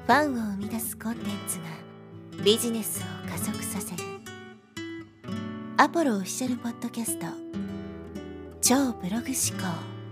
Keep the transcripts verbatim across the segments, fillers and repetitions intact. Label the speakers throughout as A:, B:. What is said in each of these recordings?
A: ファンを生み出すコンテンツがビジネスを加速させるアポロオフィシャルポッドキャスト超ブログ思考。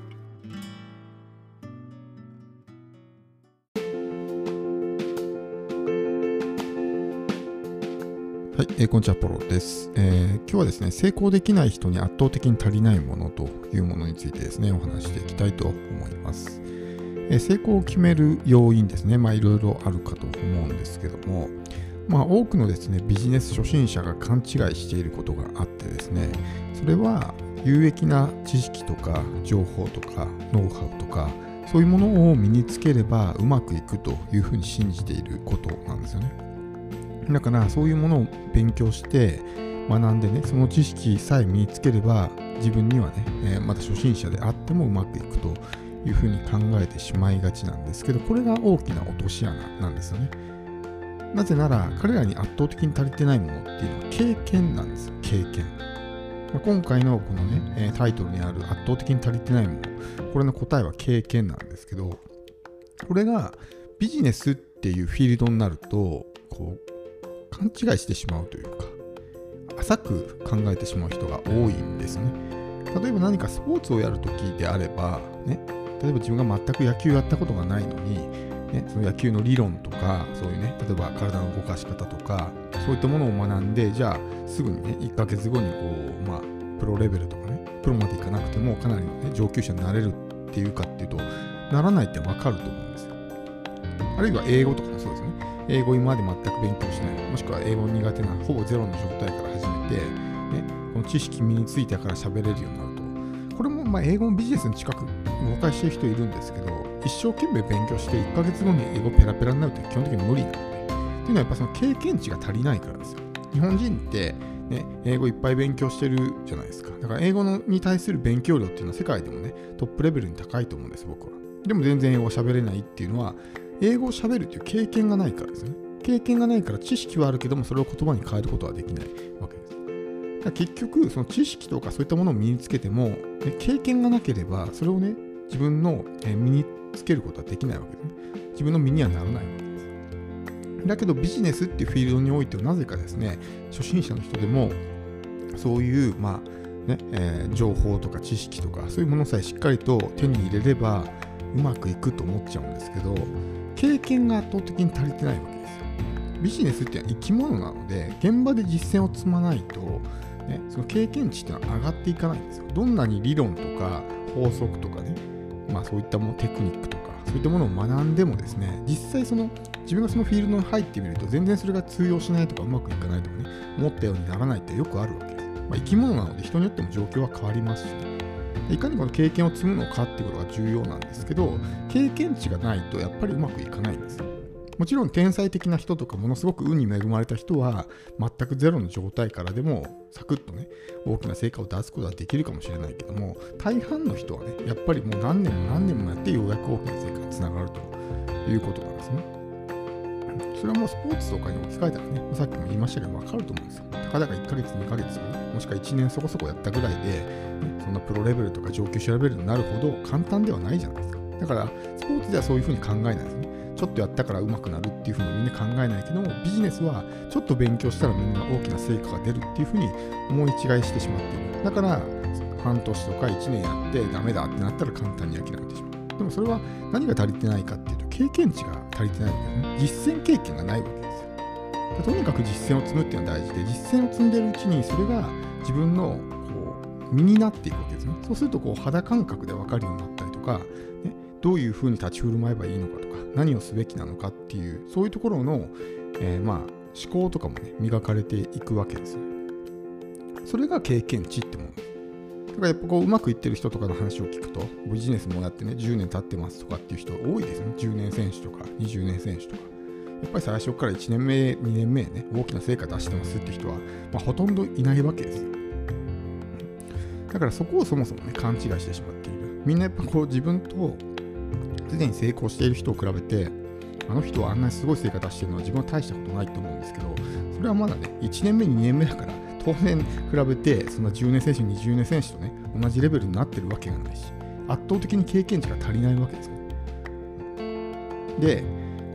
B: はい、えー、こんにちは、ポロです、えー。今日はですね、成功できない人に圧倒的に足りないものというものについてですね、お話していきたいと思います。えー、成功を決める要因ですね、まあいろいろあるかと思うんですけども、まあ多くのですね、ビジネス初心者が勘違いしていることがあってですね、それは有益な知識とか情報とかノウハウとか、そういうものを身につければうまくいくというふうに信じていることなんですよね。だからそういうものを勉強して学んでね、その知識さえ身につければ自分にはね、えー、また初心者であってもうまくいくというふうに考えてしまいがちなんですけど、これが大きな落とし穴なんですよね。なぜなら彼らに圧倒的に足りてないものっていうのは経験なんですよ。経験。今回のこのねタイトルにある圧倒的に足りてないもの、これの答えは経験なんですけど、これがビジネスっていうフィールドになるとこう勘違いしてしまうというか、浅く考えてしまう人が多いんですね。例えば何かスポーツをやるときであれば、ね、例えば自分が全く野球やったことがないのに、ね、その野球の理論とか、そういうね、例えば体の動かし方とか、そういったものを学んで、じゃあすぐにね、いっかげつごにこう、まあ、プロレベルとかね、プロまでいかなくてもかなりの、ね、上級者になれるっていうかっていうと、ならないってわかると思うんですよ。あるいは英語とかもそうですよね。英語今まで全く勉強しない、もしくは英語苦手なほぼゼロの状態から始めて、ね、この知識身についてから喋れるようになると、これもまあ英語のビジネスに近く誤解している人いるんですけど、一生懸命勉強していっかげつごに英語ペラペラになるって基本的に無理なので、っていうのはやっぱその経験値が足りないからですよ。日本人って、ね、英語いっぱい勉強してるじゃないですか。だから英語のに対する勉強量っていうのは世界でもねトップレベルに高いと思うんです、僕は。でも全然英語喋れないっていうのは、英語を喋るという経験がないからですね。経験がないから知識はあるけども、それを言葉に変えることはできないわけです。だから結局、その知識とかそういったものを身につけても、ね、経験がなければ、それをね、自分の身につけることはできないわけですね。自分の身にはならないわけです。だけどビジネスっていうフィールドにおいてはなぜかですね、初心者の人でも、そういう、まあ、ね、えー、情報とか知識とか、そういうものさえしっかりと手に入れれば、うまくいくと思っちゃうんですけど、経験が圧倒的に足りてないわけですよ。ビジネスっていうのは生き物なので、現場で実践を積まないと、ね、その経験値っていうのは上がっていかないんですよ。どんなに理論とか法則とかね、まあそういったもの、テクニックとか、そういったものを学んでもですね、実際その自分がそのフィールドに入ってみると、全然それが通用しないとかうまくいかないとかね、思ったようにならないってよくあるわけです。まあ、生き物なので人によっても状況は変わりますしね。いかにこの経験を積むのかっていうことが重要なんですけど、経験値がないとやっぱりうまくいかないんです。もちろん天才的な人とかものすごく運に恵まれた人は全くゼロの状態からでもサクッとね大きな成果を出すことはできるかもしれないけども、大半の人はねやっぱりもう何年も何年もやってようやく大きな成果につながるということなんですね。それはもうスポーツとかに置き換えたらね、さっきも言いましたけど分かると思うんですよ。たかだかいっかげつにかげつ、もしくはいちねんそこそこやったぐらいで、ね、そんなプロレベルとか上級者レベルになるほど簡単ではないじゃないですか。だからスポーツではそういうふうに考えないですね。ちょっとやったから上手くなるっていうふうにみんな考えないけども、ビジネスはちょっと勉強したらみんな大きな成果が出るっていうふうに思い違いしてしまっている。だから半年とかいちねんやってダメだってなったら簡単に諦めてしまう。でもそれは何が足りてないかっていうと、経験値が足りてないわけですね。実践経験がないわけですよ。とにかく実践を積むっていうのは大事で、実践を積んでいるうちにそれが自分のこう身になっていくわけですね。そうするとこう肌感覚で分かるようになったりとか、ね、どういうふうに立ち振る舞えばいいのかとか、何をすべきなのかっていう、そういうところの、えー、まあ思考とかもね磨かれていくわけですよ。それが経験値ってものです。だからやっぱこううまくいってる人とかの話を聞くと、ビジネスもやってねじゅうねん経ってますとかっていう人多いですね。じゅうねん選手とかにじゅうねん選手とか、やっぱり最初からいちねんめにねんめね大きな成果出してますっていう人は、まあ、ほとんどいないわけですよ。だからそこをそもそもね勘違いしてしまっている。みんなやっぱこう自分とすでに成功している人を比べて、あの人はあんなにすごい成果出してるのは自分は大したことないと思うんですけど、それはまだねいちねんめにねんめだから、当然比べてそんなじゅうねん選手にじゅうねん選手とね同じレベルになってるわけがないし、圧倒的に経験値が足りないわけですね。で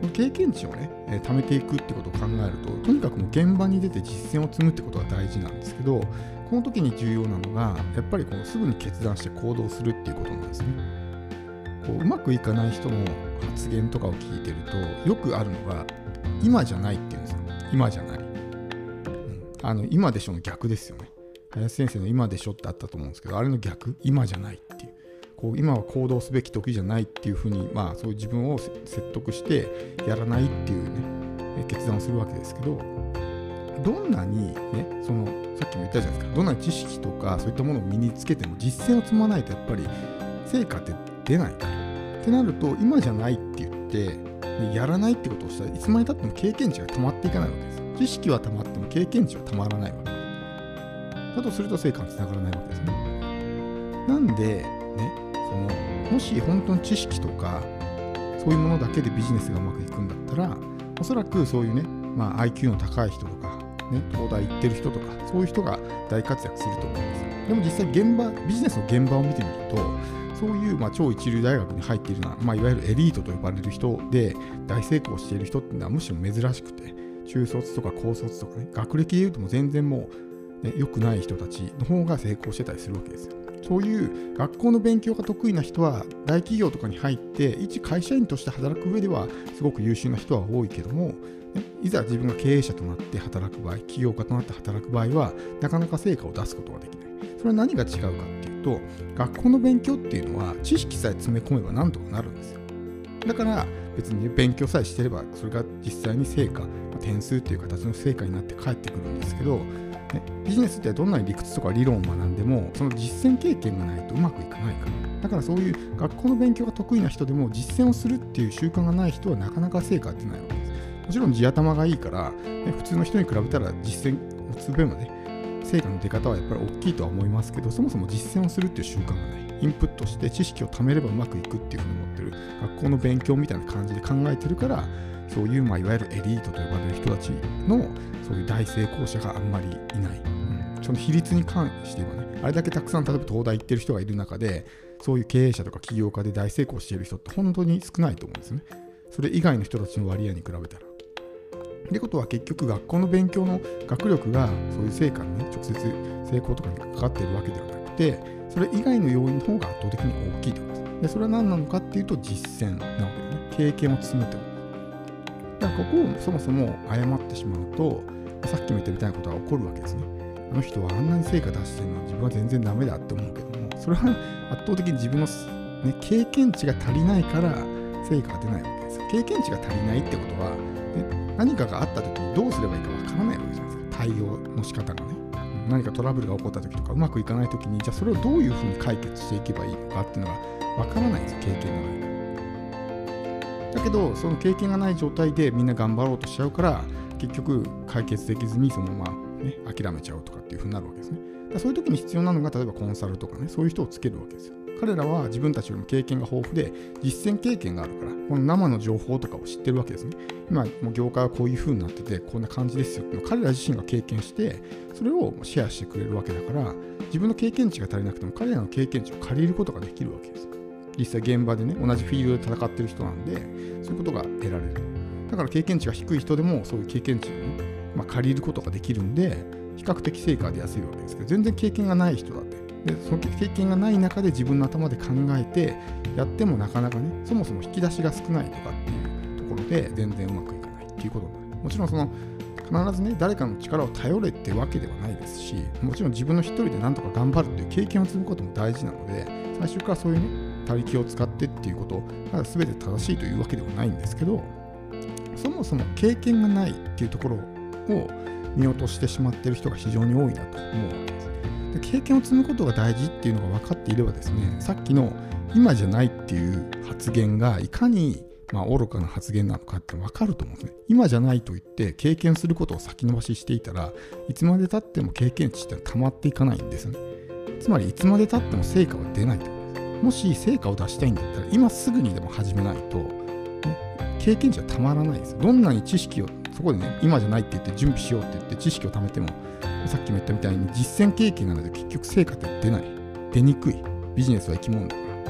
B: この経験値をね、えー、貯めていくってことを考えると、とにかくもう現場に出て実践を積むってことが大事なんですけど、この時に重要なのがやっぱりこのすぐに決断して行動するっていうことなんですね。こううまくいかない人の発言とかを聞いてるとよくあるのが、今じゃないっていうんですよ。今じゃない、うん、あの今でしょの逆ですよね。林先生の今でしょってあったと思うんですけど、あれの逆、今じゃないっていう、こう今は行動すべき時じゃないっていうふうに、まあそういう自分を説得してやらないっていうね決断をするわけですけど、どんなにね、そのさっきも言ったじゃないですか、どんな知識とかそういったものを身につけても実践を積まないとやっぱり成果って出ないからってなると、今じゃないって言ってやらないってことをしたらいつまでたっても経験値が溜まっていかないわけですよ。知識は溜まっても経験値は溜まらないわけだとすると成果につながらないわけですね。なんでね、そのもし本当に知識とかそういうものだけでビジネスがうまくいくんだったら、おそらくそういうね、まあ、アイキュー の高い人とか、ね、東大行ってる人とかそういう人が大活躍すると思うんですよ。でも実際現場、ビジネスの現場を見てみると、そういうまあ超一流大学に入っているような、まあ、いわゆるエリートと呼ばれる人で大成功している人っていうのはむしろ珍しくて、中卒とか高卒とかね、学歴でいうとも全然もう、ね、良くない人たちの方が成功してたりするわけですよ。そういう学校の勉強が得意な人は大企業とかに入って一会社員として働く上ではすごく優秀な人は多いけども、ね、いざ自分が経営者となって働く場合、起業家となって働く場合はなかなか成果を出すことができない。それは何が違うかっていうと、学校の勉強っていうのは知識さえ詰め込めばなんとかなるんですよ。だから別に、ね、勉強さえしてればそれが実際に成果、点数っていう形の成果になって返ってくるんですけど、ね、ビジネスってどんなに理屈とか理論を学んでもその実践経験がないとうまくいかないから。だからそういう学校の勉強が得意な人でも実践をするっていう習慣がない人はなかなか成果が出ないわけです。もちろん地頭がいいから、ね、普通の人に比べたら実践を積めばね、成果の出方はやっぱり大きいとは思いますけど、そもそも実践をするっていう習慣がない。インプットして知識を貯めればうまくいくっていうふうに思ってる、学校の勉強みたいな感じで考えてるから、そういう、まあ、いわゆるエリートと呼ばれる人たちのそういう大成功者があんまりいない、うん、その比率に関して言えばね、あれだけたくさん例えば東大行ってる人がいる中で、そういう経営者とか起業家で大成功している人って本当に少ないと思うんですね。それ以外の人たちの割合に比べたら。ってことは結局学校の勉強の学力がそういう成果にね、直接成功とかに関わっているわけではなくて、それ以外の要因の方が圧倒的に大きいと思います。でそれは何なのかっていうと実践なわけでね、経験を積むという。だからここをそもそも誤ってしまうと、さっきも言ったみたいなことが起こるわけですね。あの人はあんなに成果出してるのは自分は全然ダメだって思うけども、それは圧倒的に自分の、ね、経験値が足りないから成果が出ないわけですよ。経験値が足りないってことは、ね、何かがあった時にどうすればいいかわからないわけじゃないですか。対応の仕方がね。何かトラブルが起こった時とかうまくいかない時に、じゃあそれをどういうふうに解決していけばいいのかっていうのがわからないんですよ、経験がないから。だけどその経験がない状態でみんな頑張ろうとしちゃうから、結局解決できずにそのまま、ね、諦めちゃうとかっていうふうになるわけですね。だそういう時に必要なのが例えばコンサルとかね、そういう人をつけるわけですよ。彼らは自分たちよりも経験が豊富で実践経験があるから、この生の情報とかを知ってるわけですね。今もう業界はこういう風になっててこんな感じですよっていうのを彼ら自身が経験してそれをシェアしてくれるわけだから、自分の経験値が足りなくても彼らの経験値を借りることができるわけです。実際現場でね、同じフィールドで戦ってる人なんでそういうことが得られる。だから経験値が低い人でもそういう経験値をね、まあ、借りることができるんで比較的成果が出やすいわけですけど、全然経験がない人だってでその経験がない中で自分の頭で考えてやってもなかなかね、そもそも引き出しが少ないとかっていうところで全然うまくいかないっていうことになる。もちろんその必ずね誰かの力を頼れってわけではないですし、もちろん自分の一人で何とか頑張るっていう経験を積むことも大事なので、最初からそういうね他力を使ってっていうことが全て正しいというわけではないんですけど、そもそも経験がないっていうところを見落としてしまっている人が非常に多いなと思うわけです。で経験を積むことが大事っていうのが分かっていればですね、さっきの今じゃないっていう発言がいかにまあ愚かな発言なのかって分かると思うんですね。今じゃないと言って経験することを先延ばししていたらいつまで経っても経験値って溜まっていかないんですよね。つまりいつまで経っても成果は出ないと思います。もし成果を出したいんだったら今すぐにでも始めないと、ね、経験値はたまらないです。どんなに知識をそこでね今じゃないって言って準備しようって言って知識を貯めても、さっきも言ったみたいに実践経験がないと結局成果って出ない、出にくい。ビジネスは生き物だから。だ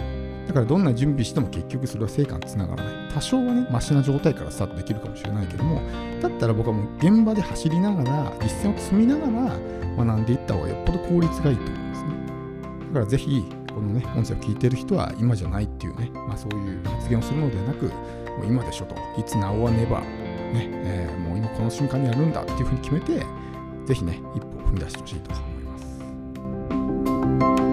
B: だからどんな準備しても結局それは成果につながらない。多少はね、マシな状態からスタートできるかもしれないけども、だったら僕はもう現場で走りながら、実践を積みながら学んでいった方がよっぽど効率がいいと思うんですね。だからぜひ、このね、音声を聞いている人は今じゃないっていうね、まあそういう発言をするのではなく、もう今でしょと、いつ now or never、ね、えー、もう今この瞬間にやるんだっていうふうに決めて、ぜひね、一歩踏み出してほしいと思います。